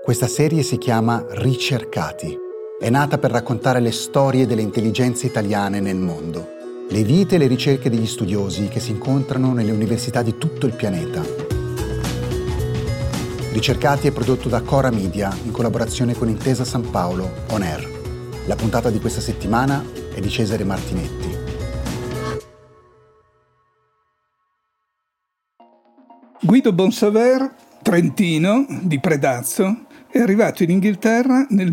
Questa serie si chiama Ricercati. È nata per raccontare le storie delle intelligenze italiane nel mondo, le vite e le ricerche degli studiosi che si incontrano nelle università di tutto il pianeta. Ricercati è prodotto da Cora Media in collaborazione con Intesa San Paolo On Air. La puntata di questa settimana è di Cesare Martinetti. Guido Bonsaver, trentino di Predazzo, è arrivato in Inghilterra nel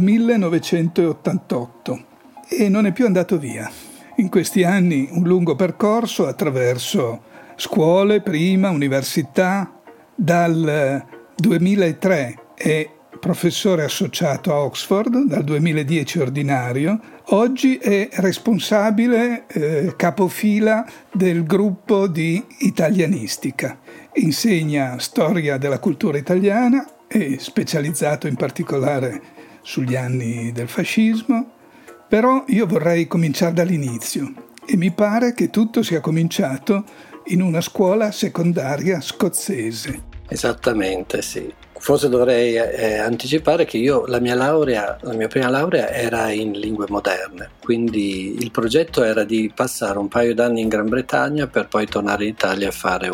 1988 e non è più andato via. In questi anni un lungo percorso attraverso scuole, prima, università. Dal 2003 è professore associato a Oxford, dal 2010 ordinario. Oggi è responsabile, capofila del gruppo di Italianistica. Insegna storia della cultura italiana, è specializzato in particolare sugli anni del fascismo, però io vorrei cominciare dall'inizio e mi pare che tutto sia cominciato in una scuola secondaria scozzese. Esattamente, sì. Forse dovrei anticipare che la mia prima laurea era in lingue moderne, quindi il progetto era di passare un paio d'anni in Gran Bretagna per poi tornare in Italia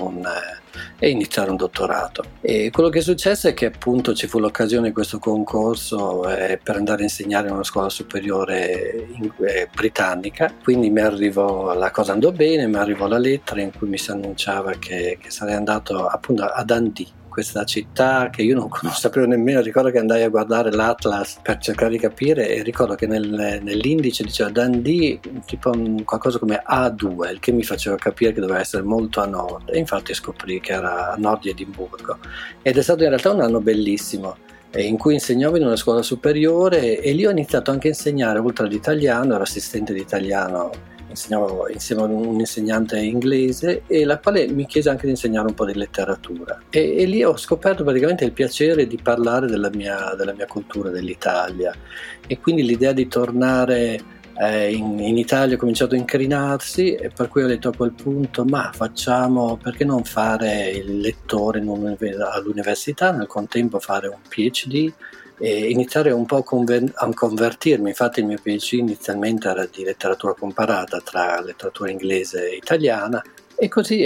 e iniziare un dottorato. E quello che è successo è che appunto ci fu l'occasione di questo concorso per andare a insegnare in una scuola superiore britannica, quindi la cosa andò bene, mi arrivò la lettera in cui mi si annunciava che sarei andato appunto a Dundee, questa città che io non sapevo nemmeno. Ricordo che andai a guardare l'Atlas per cercare di capire e ricordo che nell'indice diceva Dundee tipo qualcosa come A2, il che mi faceva capire che doveva essere molto a nord, e infatti scoprì che era a nord di Edimburgo. Ed è stato in realtà un anno bellissimo in cui insegnavo in una scuola superiore e lì ho iniziato anche a insegnare, oltre all'italiano, ero assistente di italiano, insegnavo insieme a un insegnante inglese e la quale mi chiese anche di insegnare un po' di letteratura e lì ho scoperto praticamente il piacere di parlare della mia cultura, dell'Italia, e quindi l'idea di tornare in Italia ha cominciato a incrinarsi, e per cui ho detto a quel punto perché non fare il lettore all'università, nel contempo fare un PhD e iniziare un po' a convertirmi. Infatti il mio PhD inizialmente era di letteratura comparata tra letteratura inglese e italiana, e così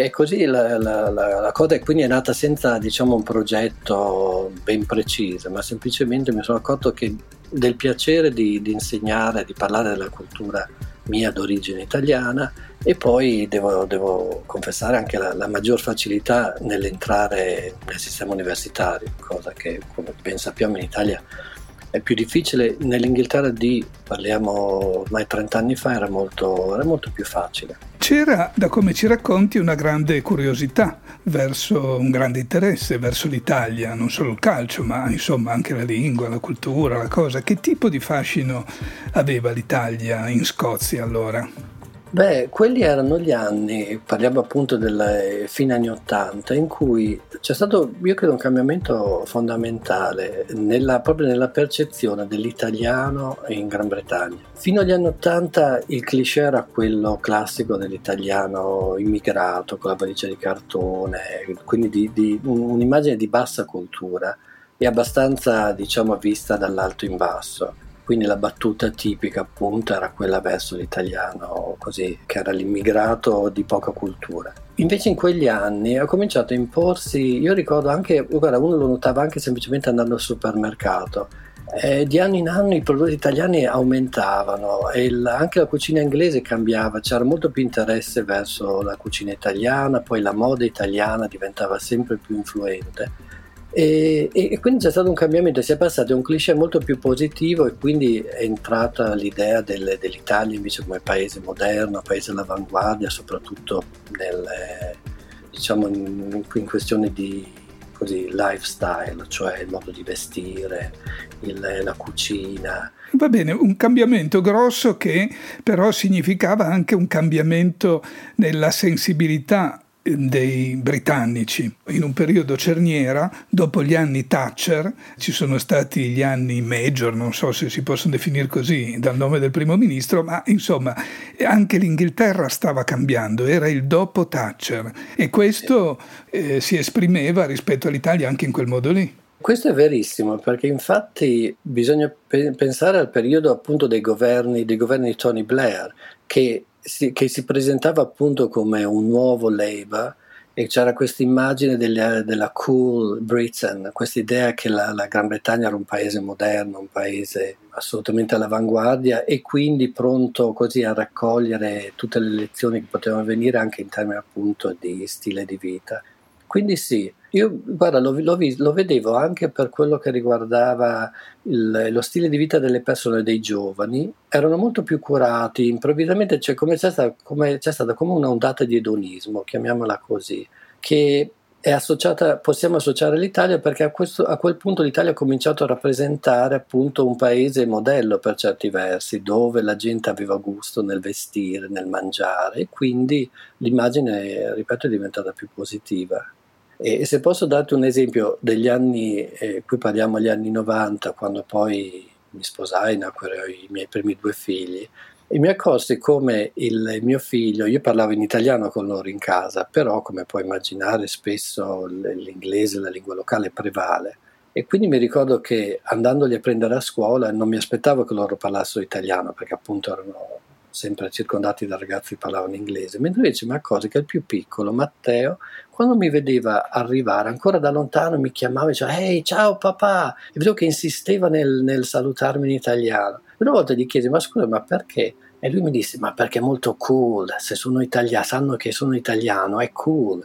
la cosa, e quindi è nata senza un progetto ben preciso, ma semplicemente mi sono accorto del piacere di insegnare, di parlare della cultura mia d'origine italiana, e poi devo confessare anche la maggior facilità nell'entrare nel sistema universitario, cosa che, come ben sappiamo, in Italia è più difficile. Nell'Inghilterra parliamo ormai 30 anni fa, era molto più facile. C'era, da come ci racconti, una grande curiosità un grande interesse verso l'Italia, non solo il calcio, ma insomma anche la lingua, la cultura, la cosa. Che tipo di fascino aveva l'Italia in Scozia allora? Quelli erano gli anni, parliamo appunto del fine anni '80, in cui c'è stato, io credo, un cambiamento fondamentale proprio nella percezione dell'italiano in Gran Bretagna. Fino agli anni '80 il cliché era quello classico dell'italiano immigrato con la valigia di cartone, quindi di un'immagine di bassa cultura e abbastanza, vista dall'alto in basso. Quindi la battuta tipica appunto era quella verso l'italiano, così, che era l'immigrato di poca cultura. Invece in quegli anni ha cominciato a imporsi, io ricordo anche, guarda, uno lo notava anche semplicemente andando al supermercato, di anno in anno i prodotti italiani aumentavano e anche la cucina inglese cambiava, c'era molto più interesse verso la cucina italiana, poi la moda italiana diventava sempre più influente. E quindi c'è stato un cambiamento, si è passati a un cliché molto più positivo, e quindi è entrata l'idea dell'Italia invece come paese moderno, paese all'avanguardia, soprattutto in questione di lifestyle, cioè il modo di vestire, la cucina. Va bene, un cambiamento grosso che però significava anche un cambiamento nella sensibilità dei britannici. In un periodo cerniera, dopo gli anni Thatcher, ci sono stati gli anni Major, non so se si possono definire così dal nome del primo ministro, ma insomma anche l'Inghilterra stava cambiando, era il dopo Thatcher, e questo si esprimeva rispetto all'Italia anche in quel modo lì. Questo è verissimo, perché infatti bisogna pensare al periodo appunto dei governi di Tony Blair, che si presentava appunto come un nuovo Labour, e c'era questa immagine della cool Britain, questa idea che la Gran Bretagna era un paese moderno, un paese assolutamente all'avanguardia e quindi pronto così a raccogliere tutte le lezioni che potevano venire anche in termini appunto di stile di vita. Quindi sì, io guarda, lo vedevo anche per quello che riguardava lo stile di vita delle persone, dei giovani, erano molto più curati, improvvisamente c'è stata come un'ondata di edonismo, chiamiamola così, che è associata, possiamo associare all'Italia perché a quel punto l'Italia ha cominciato a rappresentare appunto un paese modello per certi versi, dove la gente aveva gusto nel vestire, nel mangiare e quindi l'immagine, ripeto, è diventata più positiva. E se posso darti un esempio degli anni, qui parliamo agli anni 90, quando poi mi sposai, nacquero i miei primi 2 figli, e mi accorsi come il mio figlio, io parlavo in italiano con loro in casa, però come puoi immaginare spesso l'inglese, la lingua locale prevale. E quindi mi ricordo che andandoli a prendere a scuola non mi aspettavo che loro parlassero italiano, perché appunto erano sempre circondati da ragazzi che parlavano inglese, mentre invece mi accorsi che il più piccolo, Matteo, quando mi vedeva arrivare ancora da lontano mi chiamava e diceva «Ehi, ciao papà!» e vedevo che insisteva nel salutarmi in italiano. Una volta gli chiesi «Ma scusa, ma perché?» E lui mi disse «Ma perché è molto cool, se sono italiano, sanno che sono italiano, è cool,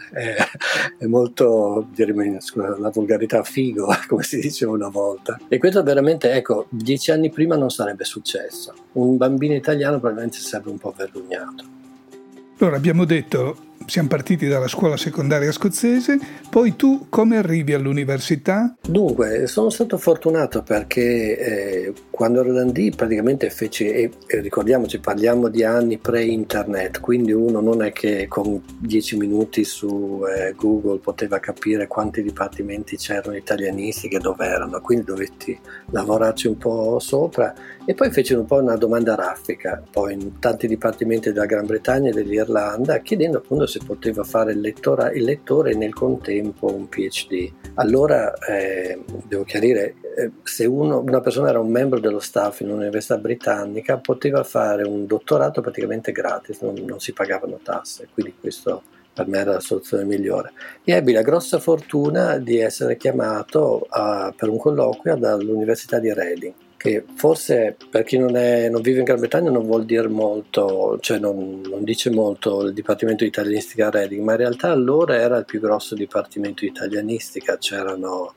è molto, direi, scusa, la volgarità, figo», come si diceva una volta. E questo veramente, ecco, 10 anni prima non sarebbe successo. Un bambino italiano probabilmente si sarebbe un po' vergognato. Allora abbiamo detto, siamo partiti dalla scuola secondaria scozzese, poi tu come arrivi all'università? Dunque, sono stato fortunato perché quando ero da lì praticamente feci, e ricordiamoci, parliamo di anni pre-internet, quindi uno non è che con 10 minuti su Google poteva capire quanti dipartimenti c'erano italianistici e dove erano, quindi dovetti lavorarci un po' sopra e poi feci un po' una domanda raffica, poi in tanti dipartimenti della Gran Bretagna e dell'Irlanda, chiedendo appunto se poteva fare il lettore e nel contempo un PhD. Allora devo chiarire, se una persona era un membro dello staff in un'università britannica poteva fare un dottorato praticamente gratis, non si pagavano tasse, quindi questo per me era la soluzione migliore. E ebbi la grossa fortuna di essere chiamato per un colloquio dall'Università di Reading, che forse per chi non vive in Gran Bretagna non vuol dire molto, cioè non dice molto il Dipartimento di Italianistica a Reading, ma in realtà allora era il più grosso dipartimento di italianistica, c'erano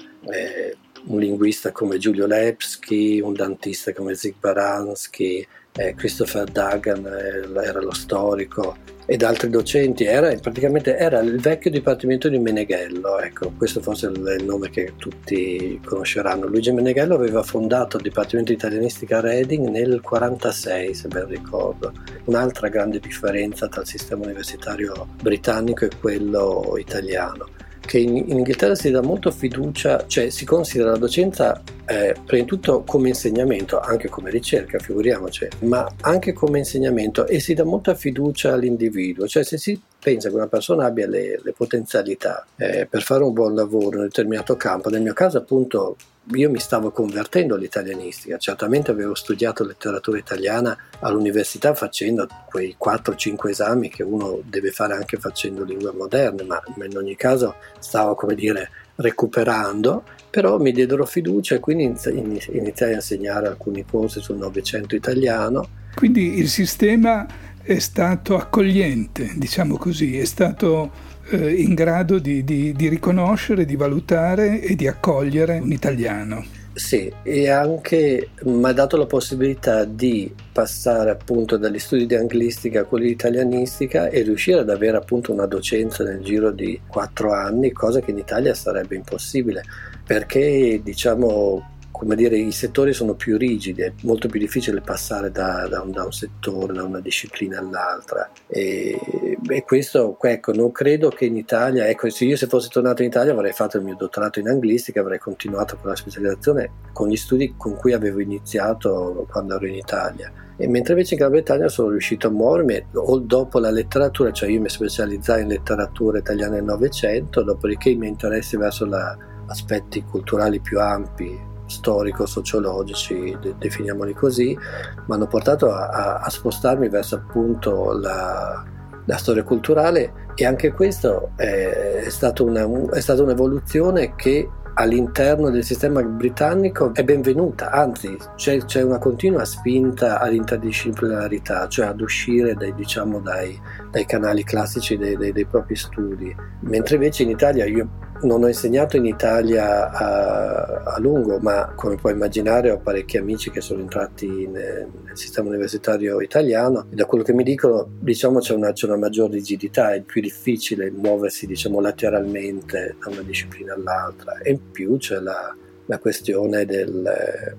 un linguista come Giulio Lepsky, un dantista come Zig Baranski, Christopher Duggan era lo storico, ed altri docenti. Era il vecchio dipartimento di Meneghello, ecco, questo forse è il nome che tutti conosceranno. Luigi Meneghello aveva fondato il Dipartimento di Italianistica a Reading nel 1946, se ben ricordo. Un'altra grande differenza tra il sistema universitario britannico e quello italiano, che in Inghilterra si dà molto fiducia, cioè si considera la docenza prima di tutto come insegnamento, anche come ricerca, figuriamoci, ma anche come insegnamento, e si dà molta fiducia all'individuo, cioè se si pensa che una persona abbia le potenzialità per fare un buon lavoro in un determinato campo, nel mio caso appunto io mi stavo convertendo all'italianistica, certamente avevo studiato letteratura italiana all'università facendo quei 4-5 esami che uno deve fare anche facendo lingue moderne, ma in ogni caso stavo, come dire, recuperando, però mi diedero fiducia e quindi iniziai a insegnare alcuni corsi sul Novecento italiano. Quindi il sistema è stato accogliente, diciamo così, è stato in grado di riconoscere, di valutare e di accogliere un italiano. Sì, e anche mi ha dato la possibilità di passare appunto dagli studi di anglistica a quelli di italianistica e riuscire ad avere appunto una docenza nel giro di 4 anni, cosa che in Italia sarebbe impossibile, perché diciamo, come dire, i settori sono più rigidi, è molto più difficile passare da un settore, da una disciplina all'altra, e questo, ecco, non credo che in Italia, ecco, se fossi tornato in Italia avrei fatto il mio dottorato in anglistica, avrei continuato con la specializzazione con gli studi con cui avevo iniziato quando ero in Italia. E mentre invece in Gran Bretagna sono riuscito a muovermi dopo la letteratura, cioè io mi specializzai in letteratura italiana del Novecento, dopodiché i miei interessi verso la aspetti culturali più ampi, storico-sociologici, definiamoli così, mi hanno portato a spostarmi verso appunto la storia culturale, e anche questo è stata un'evoluzione che all'interno del sistema britannico è benvenuta, anzi c'è una continua spinta all'interdisciplinarità, cioè ad uscire dai canali classici dei propri studi, mentre invece in Italia, io non ho insegnato in Italia a lungo, ma come puoi immaginare ho parecchi amici che sono entrati nel sistema universitario italiano, e da quello che mi dicono, diciamo, c'è una maggior rigidità, è più difficile muoversi, diciamo, lateralmente da una disciplina all'altra, e in più c'è la questione della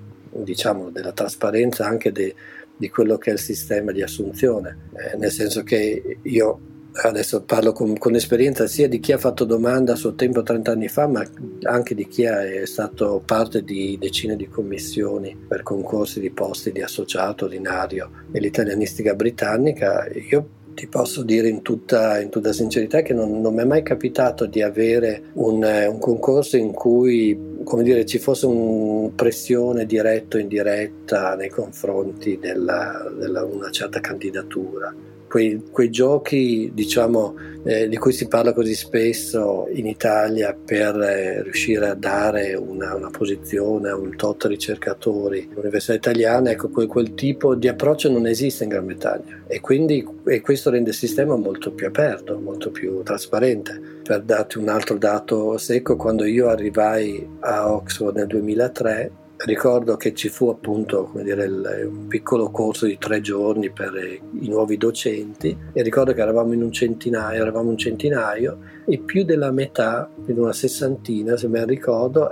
trasparenza anche di quello che è il sistema di assunzione, nel senso che io adesso parlo con esperienza sia di chi ha fatto domanda a suo tempo 30 anni fa, ma anche di chi è stato parte di decine di commissioni per concorsi di posti di associato ordinario nell'italianistica britannica. Io ti posso dire in tutta sincerità che non mi è mai capitato di avere un concorso in cui, come dire, ci fosse una pressione diretta o indiretta nei confronti della una certa candidatura. Quei giochi, diciamo, di cui si parla così spesso in Italia per riuscire a dare una posizione a un tot ricercatori all'università italiana, ecco, quel tipo di approccio non esiste in Gran Bretagna, e questo rende il sistema molto più aperto, molto più trasparente. Per darti un altro dato secco, quando io arrivai a Oxford nel 2003, ricordo che ci fu appunto, come dire, un piccolo corso di 3 giorni per i nuovi docenti, e ricordo che eravamo un centinaio, e più della metà, più di una sessantina se ben ricordo,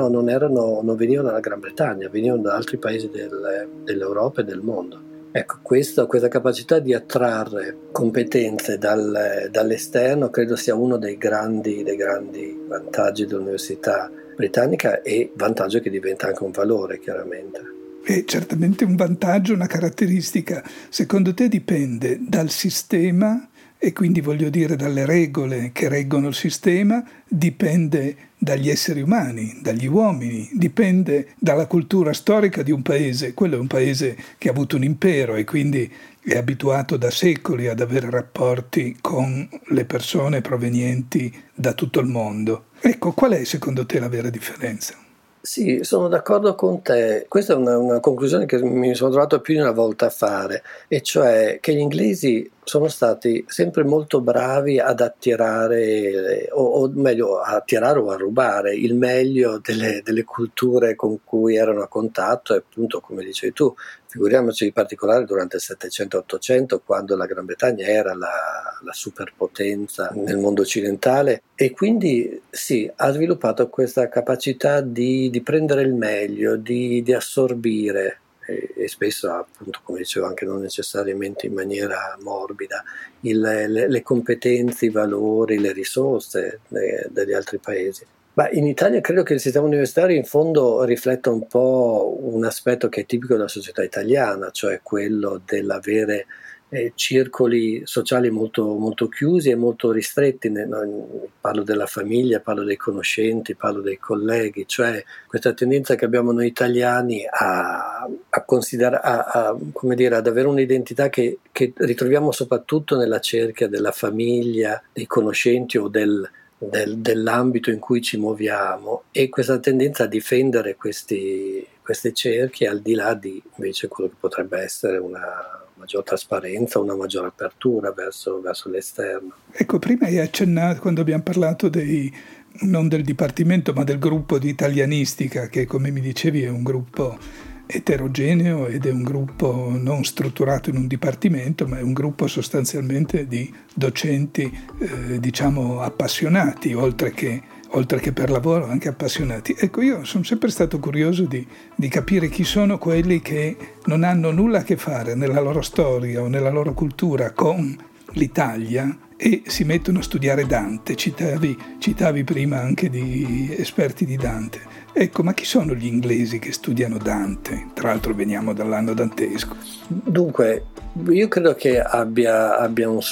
non venivano dalla Gran Bretagna, venivano da altri paesi dell'Europa e del mondo. Ecco, questa capacità di attrarre competenze dall'esterno credo sia uno dei grandi vantaggi dell'università britannica, e vantaggio che diventa anche un valore, chiaramente. È certamente un vantaggio, una caratteristica. Secondo te dipende dal sistema, e quindi voglio dire dalle regole che reggono il sistema, dipende dagli esseri umani, dagli uomini, dipende dalla cultura storica di un paese. Quello è un paese che ha avuto un impero e quindi è abituato da secoli ad avere rapporti con le persone provenienti da tutto il mondo. Ecco, qual è secondo te la vera differenza? Sì, sono d'accordo con te. Questa è una conclusione che mi sono trovato più di una volta a fare, e cioè che gli inglesi sono stati sempre molto bravi ad attirare, o meglio, a attirare o a rubare il meglio delle culture con cui erano a contatto, e appunto, come dicevi tu, figuriamoci in particolare durante il 700-800, quando la Gran Bretagna era la superpotenza nel mondo occidentale, e quindi sì, ha sviluppato questa capacità di prendere il meglio, di assorbire, e spesso, appunto, come dicevo, anche non necessariamente in maniera morbida, le competenze, i valori, le risorse degli altri paesi. Ma in Italia credo che il sistema universitario in fondo rifletta un po' un aspetto che è tipico della società italiana, cioè quello dell'avere circoli sociali molto, molto chiusi e molto ristretti. Parlo della famiglia, parlo dei conoscenti, parlo dei colleghi, cioè questa tendenza che abbiamo noi italiani a considerare, come dire, ad avere un'identità che ritroviamo soprattutto nella cerchia della famiglia, dei conoscenti o dell'ambito in cui ci muoviamo, e questa tendenza a difendere queste cerchie al di là di invece quello che potrebbe essere una maggior trasparenza, una maggiore apertura verso l'esterno. Ecco, prima hai accennato, quando abbiamo parlato non del dipartimento ma del gruppo di italianistica, che come mi dicevi è un gruppo eterogeneo ed è un gruppo non strutturato in un dipartimento, ma è un gruppo sostanzialmente di docenti diciamo appassionati, oltre che per lavoro anche appassionati. Ecco, io sono sempre stato curioso di capire chi sono quelli che non hanno nulla a che fare nella loro storia o nella loro cultura con l'Italia e si mettono a studiare Dante. Citavi prima anche di esperti di Dante. Ecco, ma chi sono gli inglesi che studiano Dante? Tra l'altro veniamo dall'anno dantesco. Dunque, Io credo che abbia un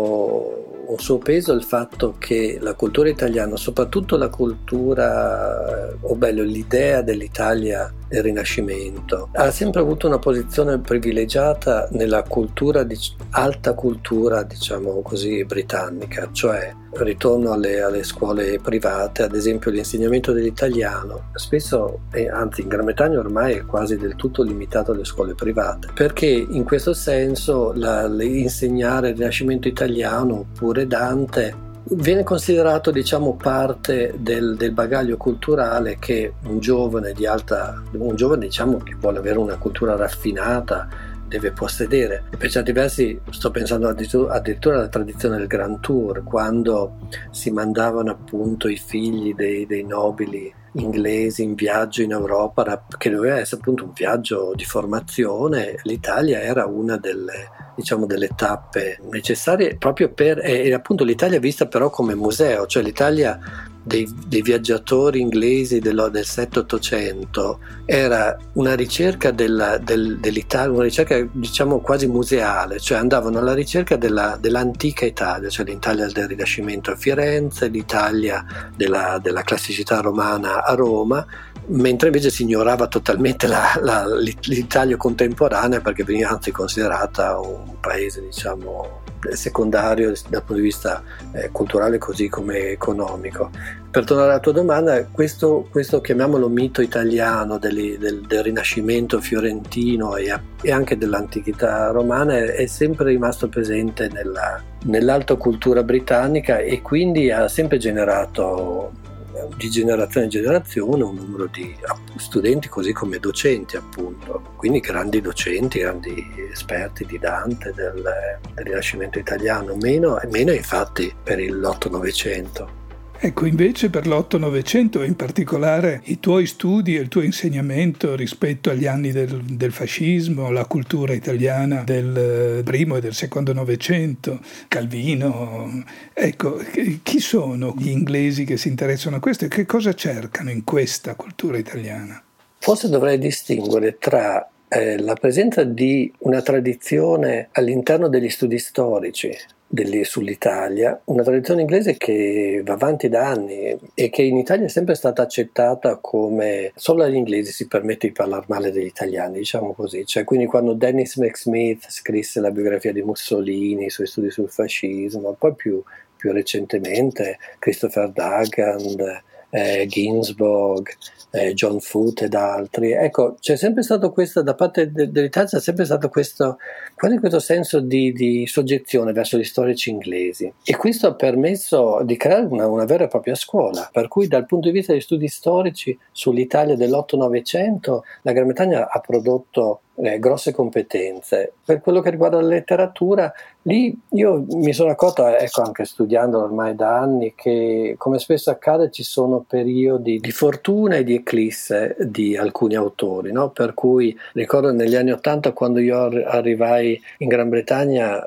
suo peso il fatto che la cultura italiana, soprattutto la cultura, o meglio l'idea dell'Italia del Rinascimento, ha sempre avuto una posizione privilegiata nella cultura, alta cultura, diciamo così, britannica, cioè ritorno alle scuole private, ad esempio l'insegnamento dell'italiano, spesso, anzi in Gran Bretagna ormai è quasi del tutto limitato alle scuole private, perché in questo senso insegnare il Rinascimento italiano oppure Dante viene considerato, diciamo, parte del bagaglio culturale che un giovane diciamo che vuole avere una cultura raffinata deve possedere. E per certi versi sto pensando addirittura alla tradizione del Grand Tour, quando si mandavano appunto i figli dei nobili inglesi in viaggio in Europa, che doveva essere appunto un viaggio di formazione. L'Italia era una delle tappe necessarie proprio e appunto l'Italia vista però come museo, cioè l'Italia dei viaggiatori inglesi del 7-800 era una ricerca dell'Italia, una ricerca diciamo quasi museale, cioè andavano alla ricerca dell'antica Italia, cioè l'Italia del Rinascimento a Firenze, l'Italia della classicità romana a Roma, mentre invece si ignorava totalmente l'Italia contemporanea, perché veniva anzi considerata un paese, diciamo, secondario dal punto di vista culturale così come economico. Per tornare alla tua domanda, questo chiamiamolo mito italiano del Rinascimento fiorentino e anche dell'antichità romana è sempre rimasto presente nell'alta cultura britannica, e quindi ha sempre generato di generazione in generazione un numero di studenti così come docenti, appunto, quindi grandi docenti, grandi esperti di Dante, del Rinascimento italiano, meno infatti per l'8-900. Ecco, invece per l'8-900, in particolare i tuoi studi e il tuo insegnamento rispetto agli anni del fascismo, la cultura italiana del primo e del secondo Novecento, Calvino, ecco, chi sono gli inglesi che si interessano a questo e che cosa cercano in questa cultura italiana? Forse dovrei distinguere tra la presenza di una tradizione all'interno degli studi storici sull'Italia, una tradizione inglese che va avanti da anni e che in Italia è sempre stata accettata come solo agli inglesi si permette di parlare male degli italiani, diciamo così. Cioè, quindi quando Dennis McSmith scrisse la biografia di Mussolini, i suoi studi sul fascismo, poi più recentemente Christopher Duggan, Ginsburg, John Foote ed altri, ecco, c'è sempre stato questo da parte dell'Italia, c'è sempre stato quasi questo senso di soggezione verso gli storici inglesi, e questo ha permesso di creare una vera e propria scuola, per cui dal punto di vista degli studi storici sull'Italia dell'8-900 la Gran Bretagna ha prodotto grosse competenze. Per quello che riguarda la letteratura, lì io mi sono accorto, ecco, anche studiando ormai da anni, che come spesso accade ci sono periodi di fortuna e di eclisse di alcuni autori, no? Per cui ricordo negli anni '80, quando io arrivai in Gran Bretagna,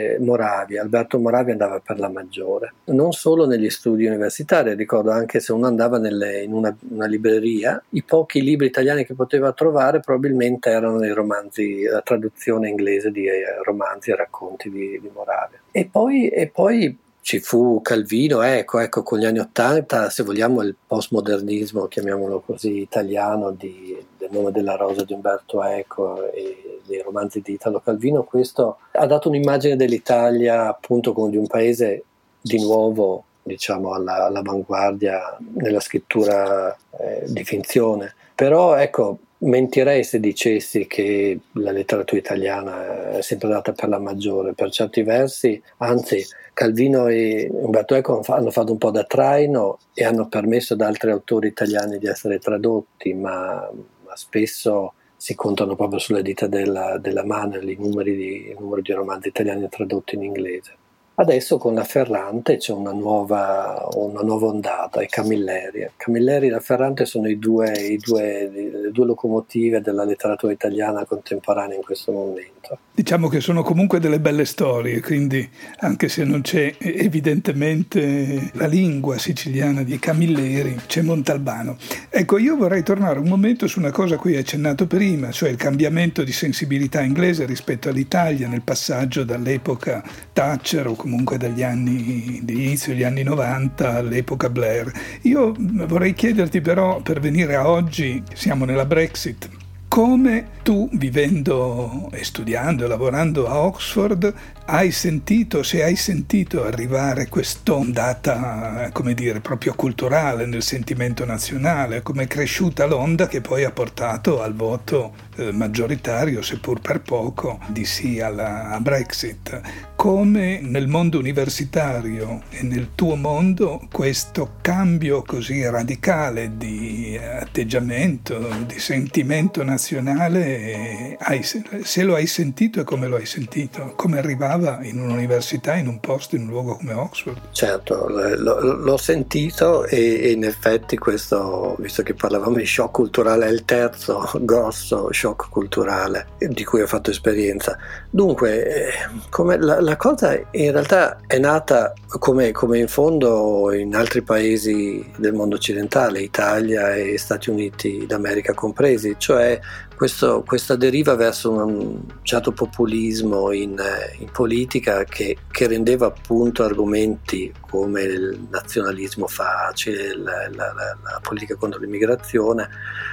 Alberto Moravia andava per la maggiore, non solo negli studi universitari, ricordo anche se uno andava in una libreria, i pochi libri italiani che poteva trovare probabilmente erano nei romanzi, la traduzione inglese di romanzi e racconti di Moravia. E poi ci fu Calvino, ecco, con gli anni '80, se vogliamo, il postmodernismo, chiamiamolo così, italiano, del Nome della Rosa di Umberto Eco e dei romanzi di Italo Calvino. Questo ha dato un'immagine dell'Italia appunto come di un paese di nuovo, diciamo, all'avanguardia nella scrittura di finzione. Però ecco, mentirei se dicessi che la letteratura italiana è sempre data per la maggiore, per certi versi, anzi Calvino e Umberto Eco hanno fatto un po' da traino e hanno permesso ad altri autori italiani di essere tradotti, ma spesso si contano proprio sulle dita della mano il numero di romanzi italiani tradotti in inglese. Adesso con la Ferrante c'è una nuova ondata, i Camilleri. Camilleri e la Ferrante sono le due locomotive della letteratura italiana contemporanea in questo momento. Diciamo che sono comunque delle belle storie, quindi anche se non c'è evidentemente la lingua siciliana di Camilleri, c'è Montalbano. Ecco, io vorrei tornare un momento su una cosa a cui hai accennato prima, cioè il cambiamento di sensibilità inglese rispetto all'Italia nel passaggio dall'epoca Thatcher o comunque dagli anni di inizio degli anni 90 all'epoca Blair. Io vorrei chiederti però, per venire a oggi, siamo nella Brexit, come tu, vivendo e studiando e lavorando a Oxford, se hai sentito arrivare quest'ondata, come dire, proprio culturale nel sentimento nazionale, come è cresciuta l'onda che poi ha portato al voto maggioritario, seppur per poco, di sì a Brexit. Come nel mondo universitario e nel tuo mondo questo cambio così radicale di atteggiamento, di sentimento nazionale, se lo hai sentito e come lo hai sentito? Come arrivava in un'università, in un posto, in un luogo come Oxford? Certo, l'ho sentito e in effetti questo, visto che parlavamo di shock culturale, è il terzo grosso shock culturale di cui ho fatto esperienza. Dunque, come la cosa in realtà è nata come in fondo in altri paesi del mondo occidentale, Italia e Stati Uniti d'America compresi, cioè questa deriva verso un certo populismo in politica che rendeva appunto argomenti come il nazionalismo facile, la politica contro l'immigrazione,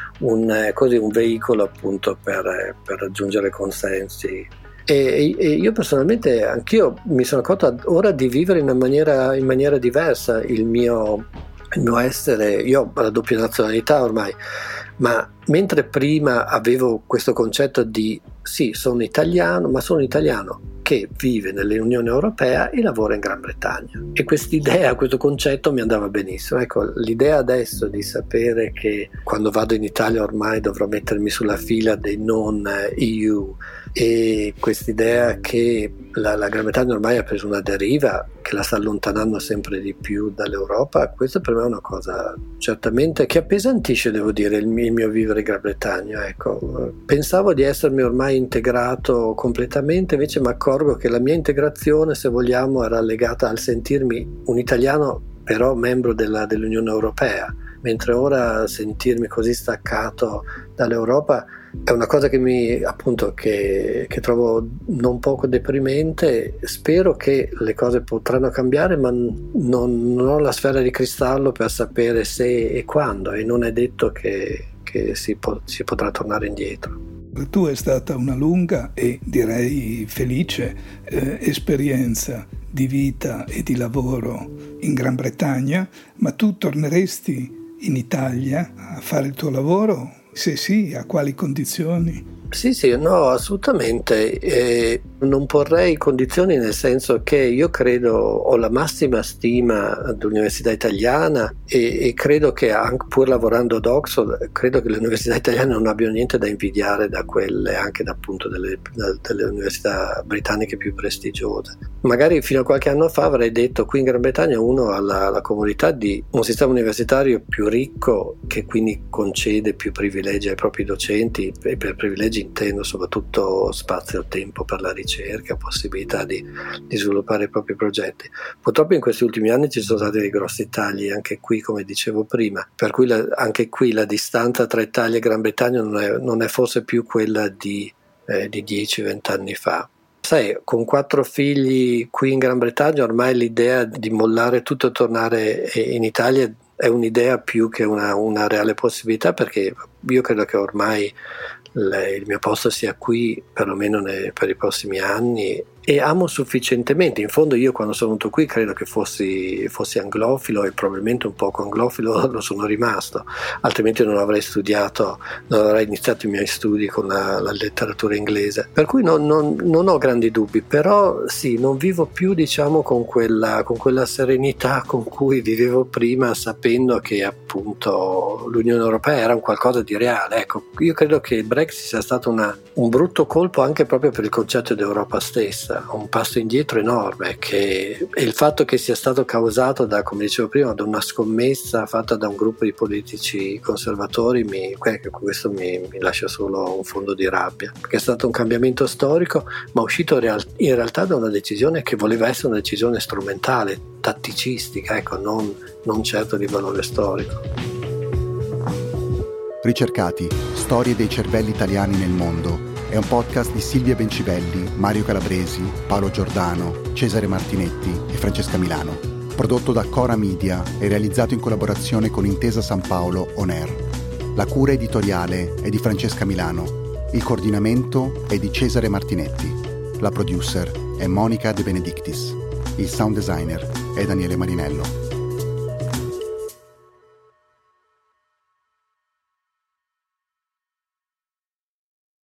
un veicolo appunto per raggiungere consensi. E io personalmente, anch'io mi sono accorto ora di vivere in maniera diversa il mio essere. Io ho la doppia nazionalità ormai, ma mentre prima avevo questo concetto di sì, sono italiano, ma sono italiano che vive nell'Unione Europea e lavora in Gran Bretagna, e quest'idea, questo concetto mi andava benissimo. Ecco, l'idea adesso di sapere che quando vado in Italia ormai dovrò mettermi sulla fila dei non EU, e quest'idea che la Gran Bretagna ormai ha preso una deriva che la sta allontanando sempre di più dall'Europa, questo per me è una cosa certamente che appesantisce, devo dire, il mio vivere in Gran Bretagna. Ecco, pensavo di essermi ormai integrato completamente, invece mi accorgo che la mia integrazione, se vogliamo, era legata al sentirmi un italiano però membro dell'Unione Europea, mentre ora sentirmi così staccato dall'Europa è una cosa che trovo non poco deprimente. Spero che le cose potranno cambiare, ma non ho la sfera di cristallo per sapere se e quando, e non è detto che si potrà tornare indietro. Tu è stata una lunga e direi felice esperienza di vita e di lavoro in Gran Bretagna, ma tu torneresti in Italia a fare il tuo lavoro? Se sì, a quali condizioni? Sì, no, assolutamente. Non porrei condizioni, nel senso che io ho la massima stima dell'università italiana e credo che, anche pur lavorando ad Oxford, credo che le università italiane non abbiano niente da invidiare da quelle, anche da appunto delle università britanniche più prestigiose. Magari fino a qualche anno fa avrei detto qui in Gran Bretagna uno ha la comodità di un sistema universitario più ricco, che quindi concede più privilegi ai propri docenti, e per privilegi intendo soprattutto spazio e tempo per la ricerca, possibilità di sviluppare i propri progetti. Purtroppo in questi ultimi anni ci sono stati dei grossi tagli anche qui, come dicevo prima, per cui anche qui la distanza tra Italia e Gran Bretagna non è forse più quella di 10-20 anni fa. Sai, con 4 figli qui in Gran Bretagna ormai l'idea di mollare tutto e tornare in Italia è un'idea più che una reale possibilità, perché io credo che ormai il mio posto sia qui, perlomeno per i prossimi anni, e amo sufficientemente. In fondo io quando sono venuto qui credo che fossi anglofilo, e probabilmente un poco anglofilo lo sono rimasto, altrimenti non avrei iniziato i miei studi con la letteratura inglese, per cui non ho grandi dubbi. Però sì, non vivo più, diciamo, con quella serenità con cui vivevo prima, sapendo che appunto l'Unione Europea era un qualcosa di reale. Ecco, io credo che il Brexit sia stato un brutto colpo anche proprio per il concetto di Europa stessa, un passo indietro enorme, e il fatto che sia stato causato da, come dicevo prima, da una scommessa fatta da un gruppo di politici conservatori, questo mi lascia solo un fondo di rabbia, perché è stato un cambiamento storico, ma uscito in realtà da una decisione che voleva essere una decisione strumentale, tatticistica, ecco, non certo di valore storico. Ricercati, storie dei cervelli italiani nel mondo è un podcast di Silvia Bencivelli, Mario Calabresi, Paolo Giordano, Cesare Martinetti e Francesca Milano. Prodotto da Cora Media e realizzato in collaborazione con Intesa San Paolo On Air. La cura editoriale è di Francesca Milano. Il coordinamento è di Cesare Martinetti. La producer è Monica De Benedictis. Il sound designer è Daniele Marinello.